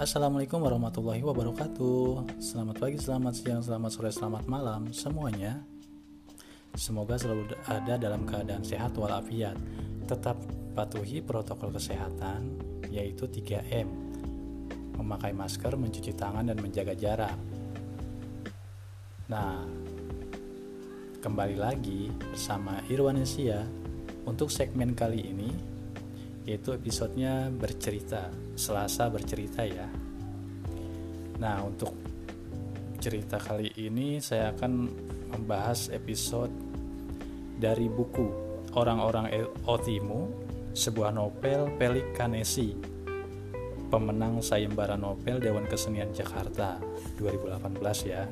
Assalamualaikum warahmatullahi wabarakatuh. Selamat pagi, selamat siang, selamat sore, selamat malam semuanya. Semoga selalu ada dalam keadaan sehat walafiat. Tetap patuhi protokol kesehatan, yaitu 3M. Memakai masker, mencuci tangan, dan menjaga jarak. Nah, kembali lagi bersama Irwanesia untuk segmen kali ini, yaitu episodenya bercerita, Selasa bercerita ya. Nah, untuk cerita kali ini saya akan membahas episode dari buku Orang-orang Otimu, sebuah novel Pelik Kanesi, pemenang sayembara novel Dewan Kesenian Jakarta 2018 ya.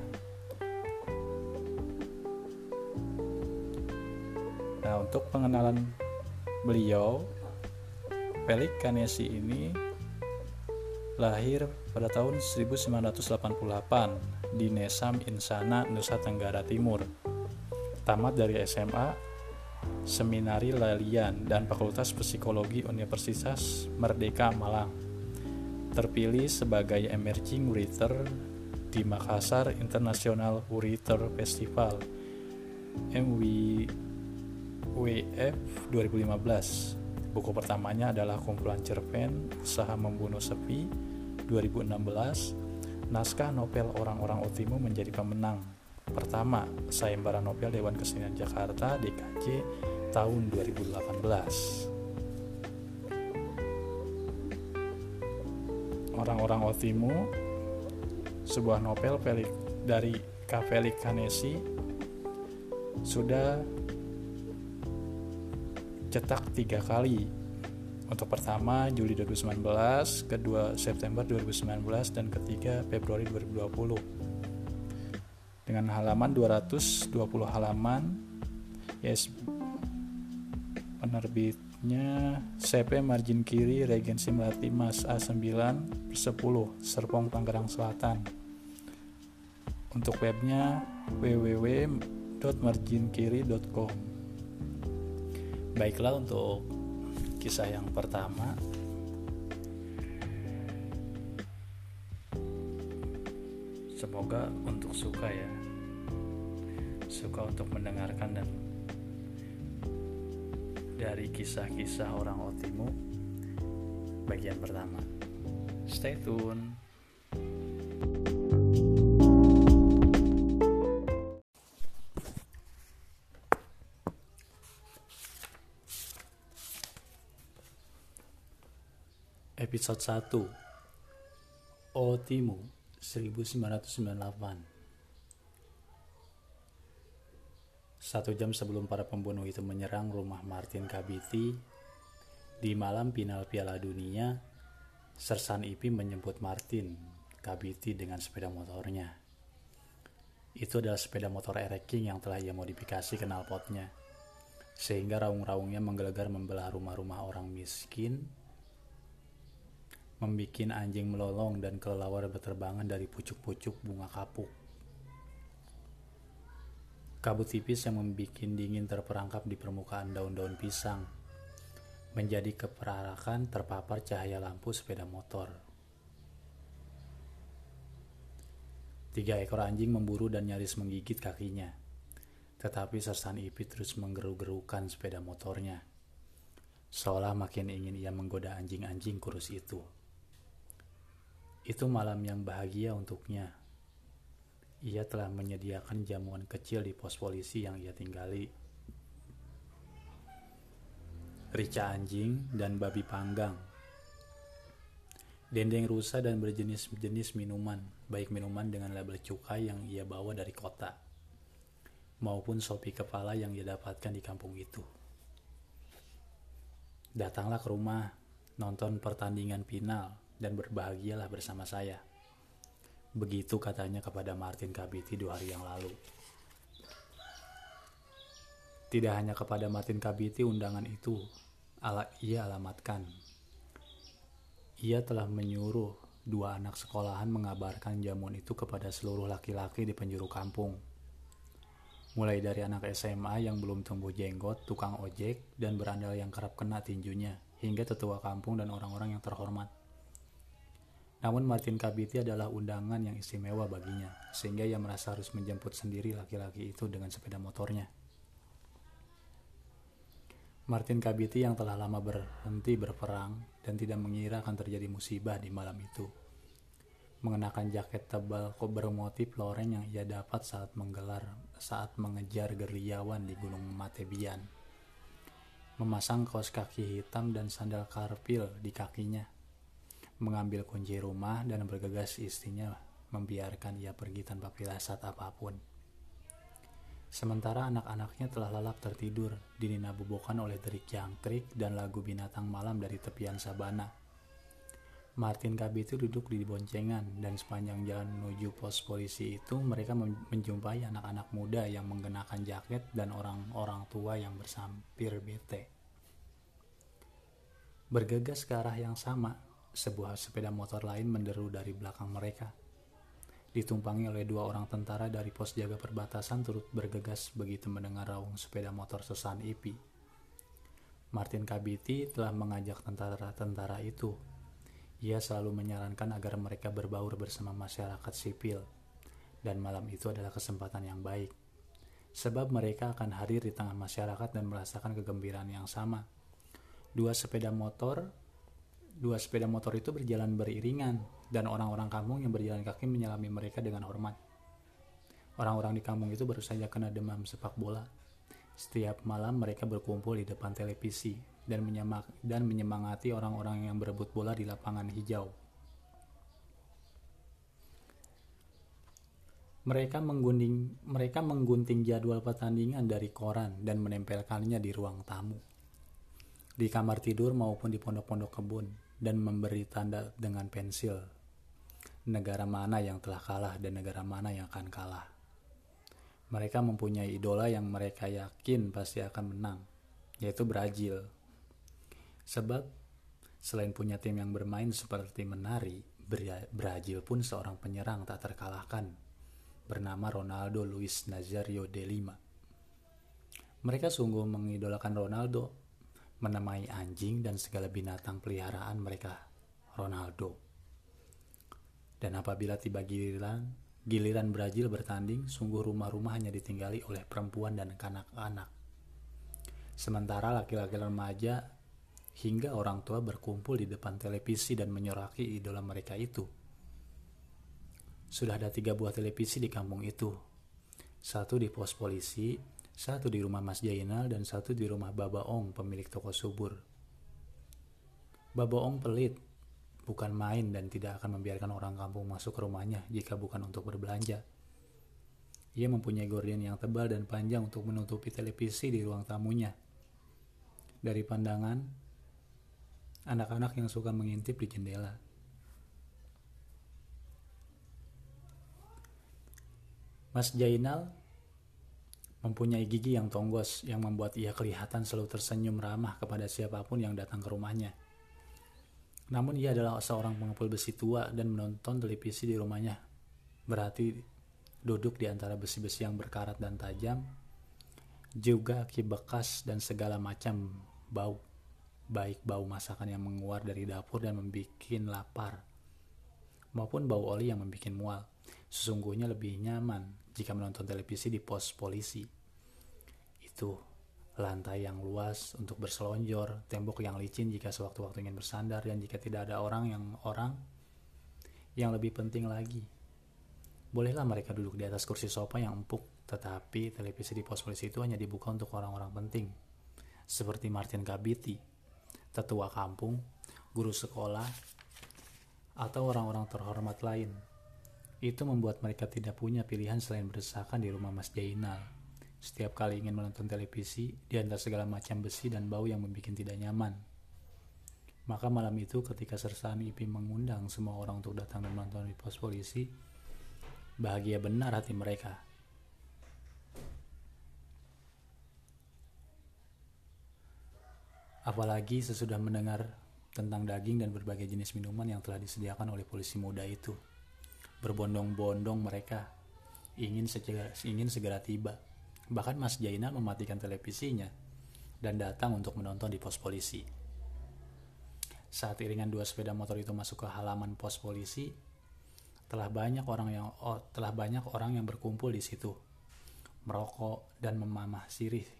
Nah, untuk pengenalan beliau, Pelik Kanesi ini lahir pada tahun 1988 di Nesam Insana, Nusa Tenggara Timur. Tamat dari SMA, Seminari Lalian, dan Fakultas Psikologi Universitas Merdeka Malang. Terpilih sebagai Emerging Writer di Makassar International Writer Festival MWF 2015. Buku pertamanya adalah kumpulan cerpen Usaha Membunuh Sepi 2016. Naskah novel Orang-orang Otimu menjadi pemenang pertama sayembara novel Dewan Kesenian Jakarta DKJ tahun 2018. Orang-orang Otimu, sebuah novel dari Pelik Kanesi, sudah cetak 3 kali. Untuk pertama Juli 2019, kedua September 2019, dan ketiga Februari 2020. Dengan halaman 220 halaman, yes, penerbitnya CP Margin Kiri Regensi Melati Mas A9/10 Serpong Tangerang Selatan. Untuk webnya www.marginkiri.com. Baiklah, untuk kisah yang pertama, semoga untuk suka untuk mendengarkan dan dari kisah-kisah orang Otimu bagian pertama. Stay tune. Episode 1, Otimu 1998. 1 jam sebelum para pembunuh itu menyerang rumah Martin Kabiti di malam final Piala Dunia, Sersan IP menjemput Martin Kabiti dengan sepeda motornya. Itu adalah sepeda motor Ereking yang telah ia modifikasi knalpotnya, sehingga raung-raungnya menggelegar membelah rumah-rumah orang miskin, membikin anjing melolong dan kelelawar berterbangan dari pucuk-pucuk bunga kapuk. Kabut tipis yang membuat dingin terperangkap di permukaan daun-daun pisang, menjadi keperarakan terpapar cahaya lampu sepeda motor. 3 ekor anjing memburu dan nyaris menggigit kakinya, tetapi Sersan IP terus menggeru-gerukan sepeda motornya, seolah makin ingin ia menggoda anjing-anjing kurus itu. Itu malam yang bahagia untuknya. Ia telah menyediakan jamuan kecil di pos polisi yang ia tinggali. Rica anjing dan babi panggang, dendeng rusa dan berjenis-jenis minuman, baik minuman dengan label cukai yang ia bawa dari kota, maupun sopi kepala yang ia dapatkan di kampung itu. Datanglah ke rumah, nonton pertandingan final, dan berbahagialah bersama saya. Begitu katanya kepada Martin Kabiti 2 hari yang lalu. Tidak hanya kepada Martin Kabiti undangan itu ia alamatkan. Ia telah menyuruh 2 anak sekolahan mengabarkan jamuan itu kepada seluruh laki-laki di penjuru kampung. Mulai dari anak SMA yang belum tumbuh jenggot, tukang ojek, dan berandal yang kerap kena tinjunya, hingga tetua kampung dan orang-orang yang terhormat. Namun Martin Kabiti adalah undangan yang istimewa baginya, sehingga ia merasa harus menjemput sendiri laki-laki itu dengan sepeda motornya. Martin Kabiti yang telah lama berhenti berperang dan tidak mengira akan terjadi musibah di malam itu. Mengenakan jaket tebal bermotif loreng yang ia dapat saat mengejar gerilyawan di Gunung Matebian. Memasang kaos kaki hitam dan sandal karpil di kakinya. Mengambil kunci rumah dan bergegas istrinya membiarkan ia pergi tanpa firasat apapun. Sementara anak-anaknya telah lalap tertidur, dininabobokan oleh derik jangkrik dan lagu binatang malam dari tepian sabana. Martin Kabiti duduk di boncengan, dan sepanjang jalan menuju pos polisi itu mereka menjumpai anak-anak muda yang mengenakan jaket dan orang-orang tua yang bersampir bete. Bergegas ke arah yang sama, sebuah sepeda motor lain menderu dari belakang mereka. Ditumpangi oleh 2 orang tentara dari pos jaga perbatasan turut bergegas begitu mendengar raung sepeda motor Sersan IP. Martin Kabiti telah mengajak tentara-tentara itu. Ia selalu menyarankan agar mereka berbaur bersama masyarakat sipil, dan malam itu adalah kesempatan yang baik, sebab mereka akan hadir di tengah masyarakat dan merasakan kegembiraan yang sama. Dua sepeda motor itu berjalan beriringan, dan orang-orang kampung yang berjalan kaki menyelami mereka dengan hormat. Orang-orang di kampung itu baru saja kena demam sepak bola. Setiap malam mereka berkumpul di depan televisi dan menyemangati orang-orang yang berebut bola di lapangan hijau. Mereka menggunting jadwal pertandingan dari koran dan menempelkannya di ruang tamu, di kamar tidur maupun di pondok-pondok kebun, dan memberi tanda dengan pensil negara mana yang telah kalah dan negara mana yang akan kalah. Mereka mempunyai idola yang mereka yakin pasti akan menang, yaitu Brazil. Sebab selain punya tim yang bermain seperti menari, Brazil pun seorang penyerang tak terkalahkan bernama Ronaldo Luis Nazario de Lima. Mereka sungguh mengidolakan Ronaldo, menamai anjing dan segala binatang peliharaan mereka Ronaldo. Dan apabila tiba giliran Brazil bertanding, sungguh rumah-rumah hanya ditinggali oleh perempuan dan kanak-kanak. Sementara laki-laki remaja hingga orang tua berkumpul di depan televisi dan menyoraki idola mereka itu. Sudah ada 3 buah televisi di kampung itu. 1 di pos polisi, 1 di rumah Mas Jainal, dan 1 di rumah Baba Ong, pemilik toko subur. Baba Ong pelit, bukan main, dan tidak akan membiarkan orang kampung masuk ke rumahnya jika bukan untuk berbelanja. Ia mempunyai gorden yang tebal dan panjang untuk menutupi televisi di ruang tamunya. Dari pandangan anak-anak yang suka mengintip di jendela. Mas Jainal mempunyai gigi yang tonggos yang membuat ia kelihatan selalu tersenyum ramah kepada siapapun yang datang ke rumahnya. Namun ia adalah seorang pengepul besi tua dan menonton televisi di rumahnya berarti duduk di antara besi-besi yang berkarat dan tajam, juga aki bekas dan segala macam bau, baik bau masakan yang menguar dari dapur dan membuat lapar, maupun bau oli yang membuat mual. Sesungguhnya lebih nyaman jika menonton televisi di pos polisi. Itu lantai yang luas untuk berselonjor, tembok yang licin jika sewaktu-waktu ingin bersandar, dan jika tidak ada orang yang lebih penting lagi, bolehlah mereka duduk di atas kursi sofa yang empuk. Tetapi televisi di pos polisi itu hanya dibuka untuk orang-orang penting, seperti Martin Kabiti, tetua kampung, guru sekolah, atau orang-orang terhormat lain. Itu membuat mereka tidak punya pilihan selain berdesakan di rumah Mas Jainal. Setiap kali ingin menonton televisi, di antara segala macam besi dan bau yang membuat tidak nyaman. Maka malam itu ketika Sersan IP mengundang semua orang untuk datang dan menonton di pos polisi, bahagia benar hati mereka. Apalagi sesudah mendengar tentang daging dan berbagai jenis minuman yang telah disediakan oleh polisi muda itu. Berbondong-bondong mereka ingin segera tiba. Bahkan Mas Jainal mematikan televisinya dan datang untuk menonton di pos polisi. Saat iringan dua sepeda motor itu masuk ke halaman pos polisi, telah banyak orang yang berkumpul di situ, merokok dan memamah sirih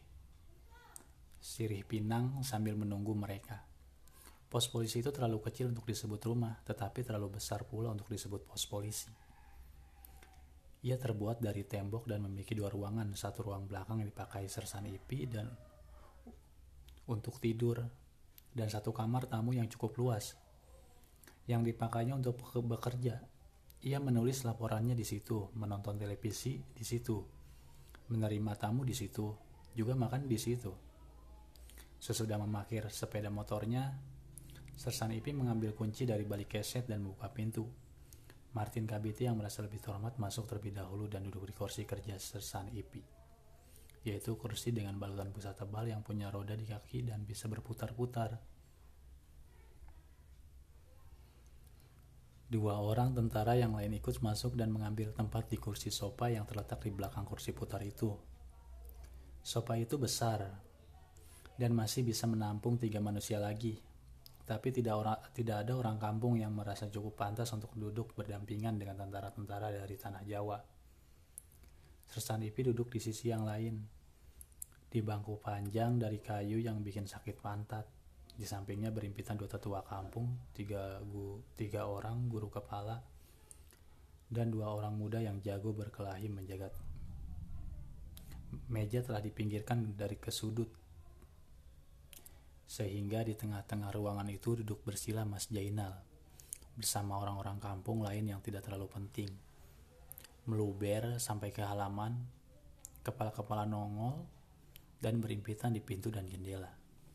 pinang sambil menunggu mereka. Pos polisi itu terlalu kecil untuk disebut rumah, tetapi terlalu besar pula untuk disebut pos polisi. Ia terbuat dari tembok dan memiliki dua ruangan, satu ruang belakang yang dipakai Sersan Ipi dan untuk tidur, dan satu kamar tamu yang cukup luas yang dipakainya untuk bekerja. Ia menulis laporannya di situ, menonton televisi di situ, menerima tamu di situ, juga makan di situ. Sesudah memakir sepeda motornya, Sersan Ipi mengambil kunci dari balik keset dan membuka pintu. Martin Kabiti yang merasa lebih terhormat masuk terlebih dahulu dan duduk di kursi kerja Sersan Ipi, yaitu kursi dengan balutan busa tebal yang punya roda di kaki dan bisa berputar-putar. Dua orang tentara yang lain ikut masuk dan mengambil tempat di kursi sofa yang terletak di belakang kursi putar itu. Sofa itu besar dan masih bisa menampung 3 manusia lagi, tapi tidak ada orang kampung yang merasa cukup pantas untuk duduk berdampingan dengan tentara-tentara dari tanah Jawa. Sersan Ipi duduk di sisi yang lain, di bangku panjang dari kayu yang bikin sakit pantat. Di sampingnya berimpitan 2 tetua kampung, 3 orang guru kepala, dan 2 orang muda yang jago berkelahi menjaga. Meja telah dipinggirkan dari ke sudut, sehingga di tengah-tengah ruangan itu duduk bersila Mas Jainal, bersama orang-orang kampung lain yang tidak terlalu penting. Meluber sampai ke halaman, kepala-kepala nongol, dan berimpitan di pintu dan jendela.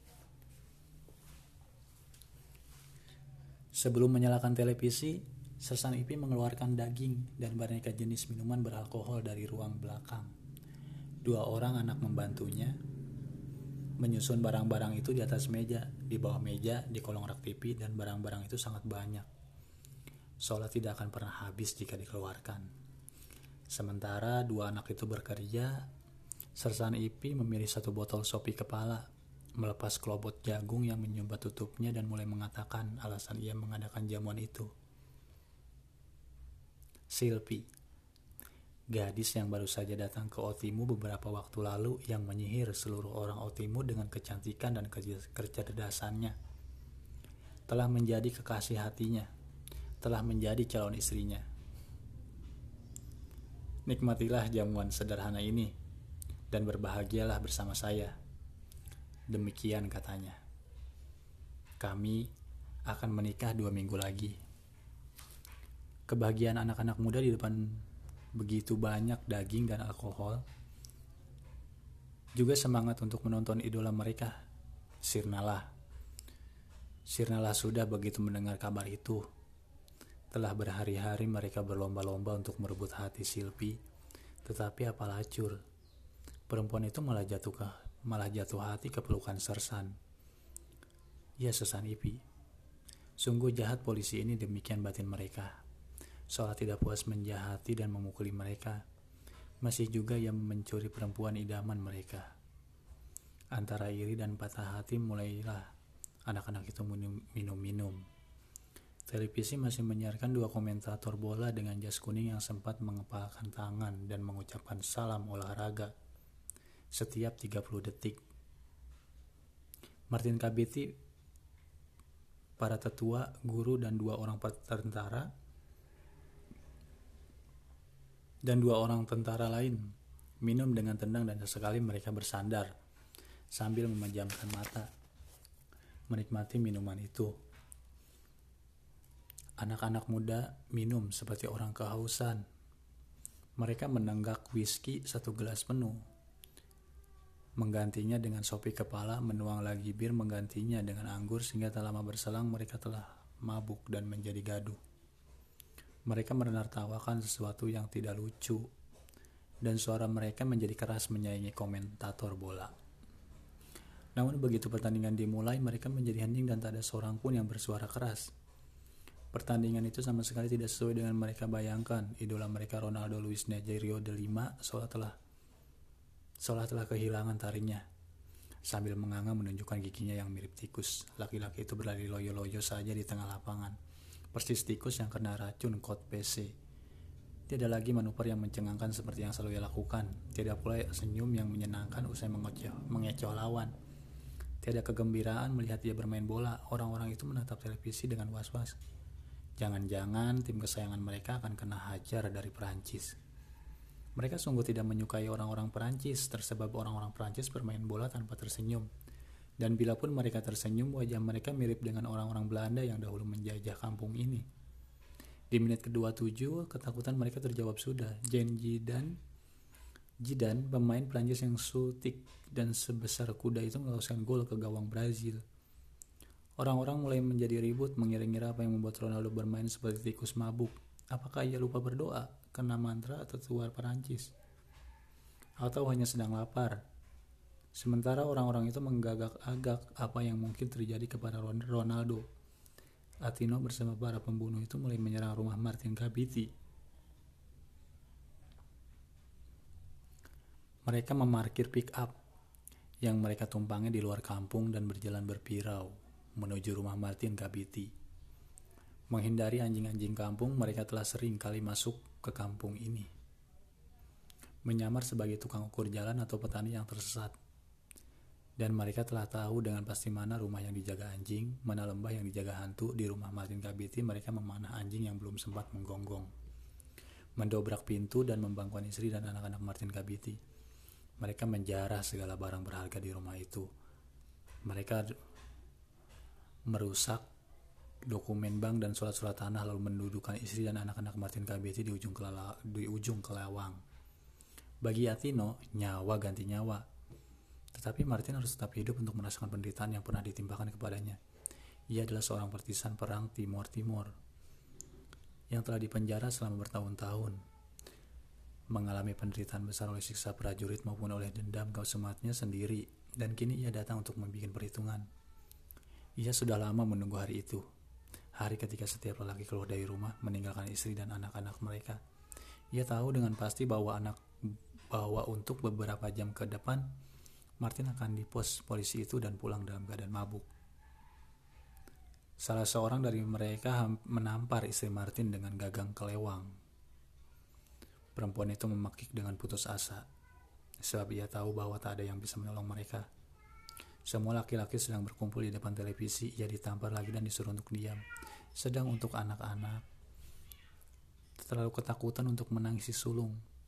Sebelum menyalakan televisi, Sersan Ipi mengeluarkan daging dan beraneka jenis minuman beralkohol dari ruang belakang. 2 orang anak membantunya menyusun barang-barang itu di atas meja, di bawah meja, di kolong rak TV, dan barang-barang itu sangat banyak, seolah tidak akan pernah habis jika dikeluarkan. Sementara 2 anak itu bekerja, Sersan Ipi memilih 1 botol sopi kepala, melepas kelobot jagung yang menyumbat tutupnya dan mulai mengatakan alasan ia mengadakan jamuan itu. Silpi, gadis yang baru saja datang ke Otimu beberapa waktu lalu yang menyihir seluruh orang Otimu dengan kecantikan dan kecerdasannya, telah menjadi kekasih hatinya, telah menjadi calon istrinya. Nikmatilah jamuan sederhana ini dan berbahagialah bersama saya. Demikian katanya. Kami akan menikah 2 minggu lagi. Kebahagiaan anak-anak muda di depan begitu banyak daging dan alkohol, juga semangat untuk menonton idola mereka, Sirnalah. Sirnalah sudah begitu mendengar kabar itu. Telah berhari-hari mereka berlomba-lomba untuk merebut hati Silpi, tetapi apa lacur, perempuan itu malah jatuh hati ke pelukan Sersan. Ya, Sersan Ipi. Sungguh jahat polisi ini, demikian batin mereka. Seolah tidak puas menjahati dan memukuli mereka, masih juga yang mencuri perempuan idaman mereka. Antara iri dan patah hati mulailah anak-anak itu minum-minum. Televisi masih menyiarkan 2 komentator bola dengan jas kuning yang sempat mengepalkan tangan dan mengucapkan salam olahraga setiap 30 detik. Martin Kabiti, para tetua, guru, dan 2 orang tentara lain minum dengan tenang dan sesekali mereka bersandar sambil memejamkan mata, menikmati minuman itu. Anak-anak muda minum seperti orang kehausan. Mereka menenggak whisky 1 gelas penuh, menggantinya dengan sopi kepala, menuang lagi bir, menggantinya dengan anggur, sehingga tak lama berselang mereka telah mabuk dan menjadi gaduh. Mereka menertawakan sesuatu yang tidak lucu, dan suara mereka menjadi keras menyaingi komentator bola. Namun begitu pertandingan dimulai, mereka menjadi hening dan tak ada seorang pun yang bersuara keras. Pertandingan itu sama sekali tidak sesuai dengan mereka bayangkan. Idola mereka Ronaldo Luis Nazario de Lima seolah telah kehilangan taringnya. Sambil menganga menunjukkan giginya yang mirip tikus, laki-laki itu berlari loyo-loyo saja di tengah lapangan. Persis tikus yang kena racun kot PC. Tidak lagi manuver yang mencengangkan seperti yang selalu ia lakukan. Tidak pula senyum yang menyenangkan usai mengecoh lawan. Tidak kegembiraan melihat dia bermain bola. Orang-orang itu menatap televisi dengan was-was. Jangan-jangan tim kesayangan mereka akan kena hajar dari Perancis. Mereka sungguh tidak menyukai orang-orang Perancis, tersebab orang-orang Perancis bermain bola tanpa tersenyum. Dan bila pun mereka tersenyum, wajah mereka mirip dengan orang-orang Belanda yang dahulu menjajah kampung ini. Di menit ke-27, ketakutan mereka terjawab sudah. Zidane, pemain Perancis yang sutik dan sebesar kuda itu meloloskan gol ke gawang Brazil. Orang-orang mulai menjadi ribut mengira-ngira apa yang membuat Ronaldo bermain seperti tikus mabuk. Apakah ia lupa berdoa, kena mantra atau luar Perancis? Atau hanya sedang lapar? Sementara orang-orang itu menggagak-agak apa yang mungkin terjadi kepada Ronaldo. Atino bersama para pembunuh itu mulai menyerang rumah Martin Gabiti. Mereka memarkir pick up yang mereka tumpangi di luar kampung dan berjalan berpirau menuju rumah Martin Gabiti. Menghindari anjing-anjing kampung, mereka telah sering kali masuk ke kampung ini, menyamar sebagai tukang ukur jalan atau petani yang tersesat. Dan mereka telah tahu dengan pasti mana rumah yang dijaga anjing, mana lembah yang dijaga hantu. Di rumah Martin Gabiti mereka memanah anjing yang belum sempat menggonggong, mendobrak pintu dan membangkang istri dan anak-anak Martin Gabiti. Mereka menjarah segala barang berharga di rumah itu. Mereka merusak dokumen bank dan surat-surat tanah, lalu mendudukan istri dan anak-anak Martin Gabiti di ujung kelawang. Bagi Atino, nyawa ganti nyawa. Tetapi Martin harus tetap hidup untuk merasakan penderitaan yang pernah ditimpakan kepadanya. Ia adalah seorang partisan perang Timor yang telah dipenjara selama bertahun-tahun, mengalami penderitaan besar oleh siksa prajurit maupun oleh dendam kesematnya sendiri, dan kini ia datang untuk membuat perhitungan. Ia sudah lama menunggu hari itu. Hari ketika setiap lelaki keluar dari rumah, meninggalkan istri dan anak-anak mereka. Ia tahu dengan pasti bahwa untuk beberapa jam ke depan, Martin akan di pos polisi itu dan pulang dalam keadaan mabuk. Salah seorang dari mereka menampar istri Martin dengan gagang kelewang. Perempuan itu memakik dengan putus asa, sebab ia tahu bahwa tak ada yang bisa menolong mereka. Semua laki-laki sedang berkumpul di depan televisi. Ia ditampar lagi dan disuruh untuk diam. Sedang untuk anak-anak terlalu ketakutan untuk menangis si sulung.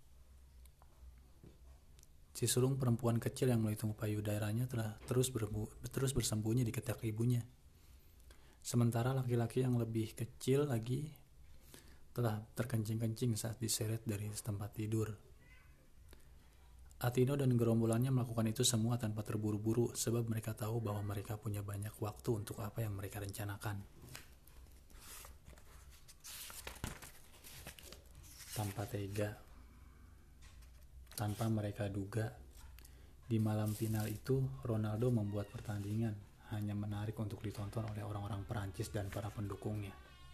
Si sulung perempuan kecil yang melalui tungku payudaranya telah terus bersembunyi di ketiak ibunya. Sementara laki-laki yang lebih kecil lagi telah terkencing-kencing saat diseret dari tempat tidur. Atino dan gerombolannya melakukan itu semua tanpa terburu-buru, sebab mereka tahu bahwa mereka punya banyak waktu untuk apa yang mereka rencanakan. Tanpa tega, tanpa mereka duga, di malam final itu Ronaldo membuat pertandingan hanya menarik untuk ditonton oleh orang-orang Perancis dan para pendukungnya.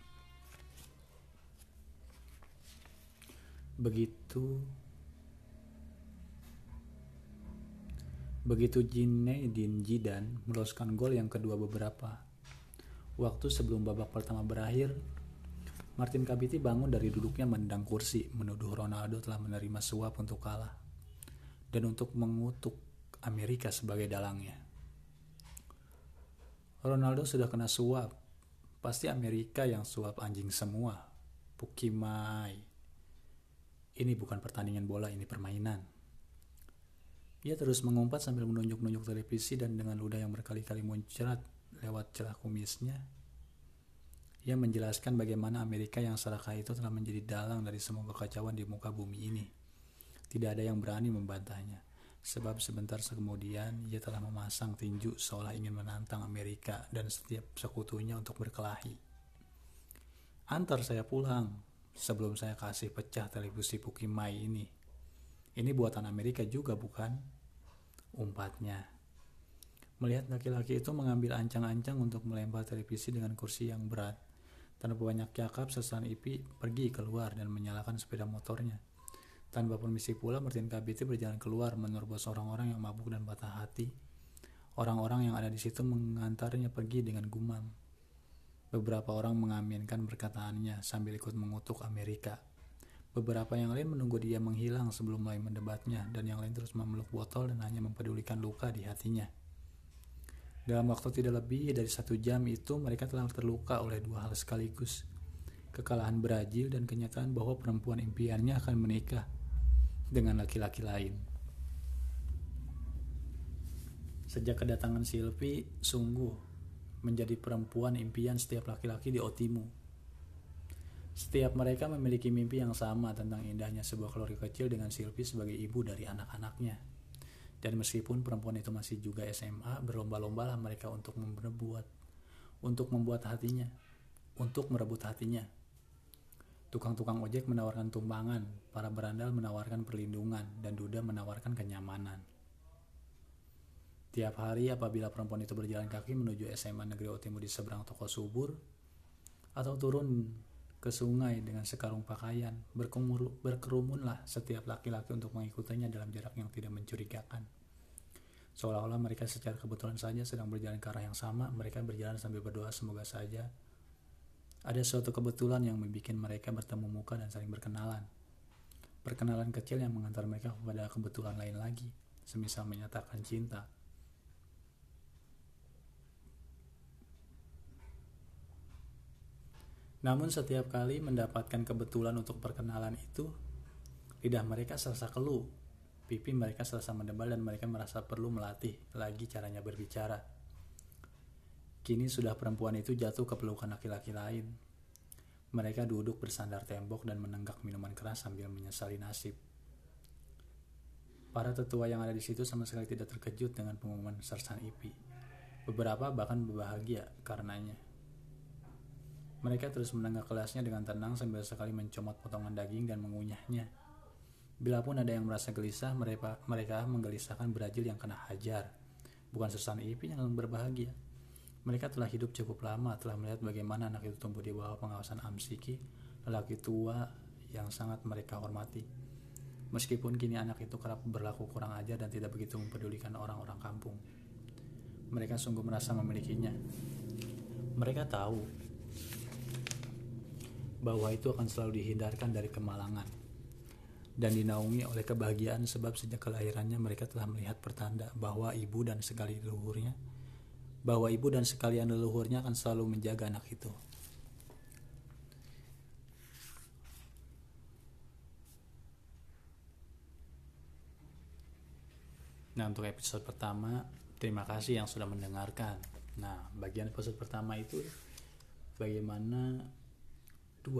Begitu Zinedine Zidane meloloskan gol yang kedua beberapa waktu sebelum babak pertama berakhir, Martin Gabiti bangun dari duduknya menendang kursi, menuduh Ronaldo telah menerima suap untuk kalah dan untuk mengutuk Amerika sebagai dalangnya. Ronaldo sudah kena suap, pasti Amerika yang suap anjing semua. Pukimai. Ini bukan pertandingan bola, ini permainan. Ia terus mengumpat sambil menunjuk-nunjuk televisi dan dengan ludah yang berkali-kali muncrat lewat celah kumisnya. Ia menjelaskan bagaimana Amerika yang serakah itu telah menjadi dalang dari semua kekacauan di muka bumi ini. Tidak ada yang berani membantahnya, sebab sebentar kemudian ia telah memasang tinju seolah ingin menantang Amerika dan setiap sekutunya untuk berkelahi. Antar saya pulang sebelum saya kasih pecah televisi Pukimai ini. Ini buatan Amerika juga bukan? Umpatnya. Melihat laki-laki itu mengambil ancang-ancang untuk melempar televisi dengan kursi yang berat. Tanpa banyak cakap, Sersan Ipi pergi keluar dan menyalakan sepeda motornya. Tanpa permisi pula, Martin Gabiti berjalan keluar menerobos orang-orang yang mabuk dan patah hati. Orang-orang yang ada di situ mengantarnya pergi dengan gumam. Beberapa orang mengaminkan perkataannya sambil ikut mengutuk Amerika. Beberapa yang lain menunggu dia menghilang sebelum mulai mendebatnya, dan yang lain terus memeluk botol dan hanya mempedulikan luka di hatinya. Dalam waktu tidak lebih dari 1 jam itu, mereka telah terluka oleh 2 hal sekaligus. Kekalahan Brazil dan kenyataan bahwa perempuan impiannya akan menikah dengan laki-laki lain. Sejak kedatangan Sylvie, sungguh menjadi perempuan impian setiap laki-laki di Otimu. Setiap mereka memiliki mimpi yang sama tentang indahnya sebuah keluarga kecil dengan Sylvie sebagai ibu dari anak-anaknya. Dan meskipun perempuan itu masih juga SMA, berlomba-lombalah mereka untuk membuat hatinya, untuk merebut hatinya. Tukang-tukang ojek menawarkan tumpangan, para berandal menawarkan perlindungan, dan duda menawarkan kenyamanan. Tiap hari apabila perempuan itu berjalan kaki menuju SMA Negeri Otimu di seberang toko subur, atau turun ke sungai dengan sekarung pakaian, berkerumunlah setiap laki-laki untuk mengikutinya dalam jarak yang tidak mencurigakan. Seolah-olah mereka secara kebetulan saja sedang berjalan ke arah yang sama. Mereka berjalan sambil berdoa semoga saja ada suatu kebetulan yang membuat mereka bertemu muka dan saling berkenalan. Perkenalan kecil yang mengantar mereka kepada kebetulan lain lagi, semisal menyatakan cinta. Namun setiap kali mendapatkan kebetulan untuk perkenalan itu, lidah mereka serasa keluh, pipi mereka serasa mendebal, dan mereka merasa perlu melatih lagi caranya berbicara. Kini sudah perempuan itu jatuh ke pelukan laki-laki lain. Mereka duduk bersandar tembok dan menenggak minuman keras sambil menyesali nasib. Para tetua yang ada di situ sama sekali tidak terkejut dengan pengumuman Sersan Ipi. Beberapa bahkan berbahagia karenanya. Mereka terus menenggak gelasnya dengan tenang sambil sekali mencomot potongan daging dan mengunyahnya. Bilapun ada yang merasa gelisah, mereka menggelisahkan Brazil yang kena hajar, bukan Sersan Ipi yang berbahagia. Mereka telah hidup cukup lama, telah melihat bagaimana anak itu tumbuh di bawah pengawasan Amsiki, lelaki tua yang sangat mereka hormati. Meskipun kini anak itu kerap berlaku kurang ajar dan tidak begitu mempedulikan orang-orang kampung, mereka sungguh merasa memilikinya. Mereka tahu bahwa itu akan selalu dihindarkan dari kemalangan dan dinaungi oleh kebahagiaan, sebab sejak kelahirannya mereka telah melihat pertanda bahwa ibu dan sekalian leluhurnya akan selalu menjaga anak itu. Nah, untuk episode pertama, terima kasih yang sudah mendengarkan. Nah, bagian episode pertama itu bagaimana 2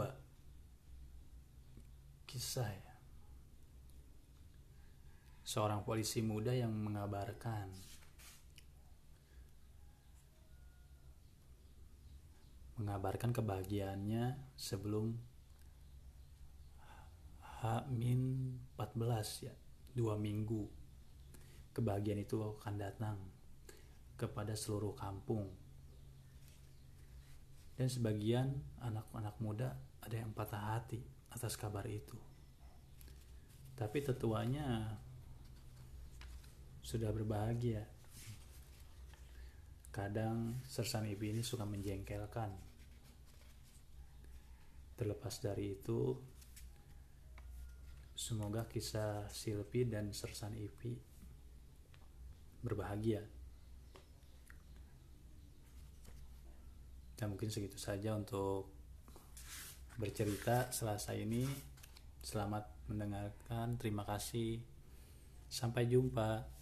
kisah ya. Seorang polisi muda yang mengabarkan kebahagiaannya sebelum H-14 ya, 2 minggu. Kebahagiaan itu akan datang kepada seluruh kampung. Dan sebagian anak-anak muda ada yang patah hati atas kabar itu. Tapi tetuanya sudah berbahagia. Kadang Sersan Ibi ini suka menjengkelkan. Terlepas dari itu, semoga kisah Sylvie dan Sersan Ibi berbahagia. Dan mungkin segitu saja untuk bercerita Selasa ini. Selamat mendengarkan, terima kasih, sampai jumpa.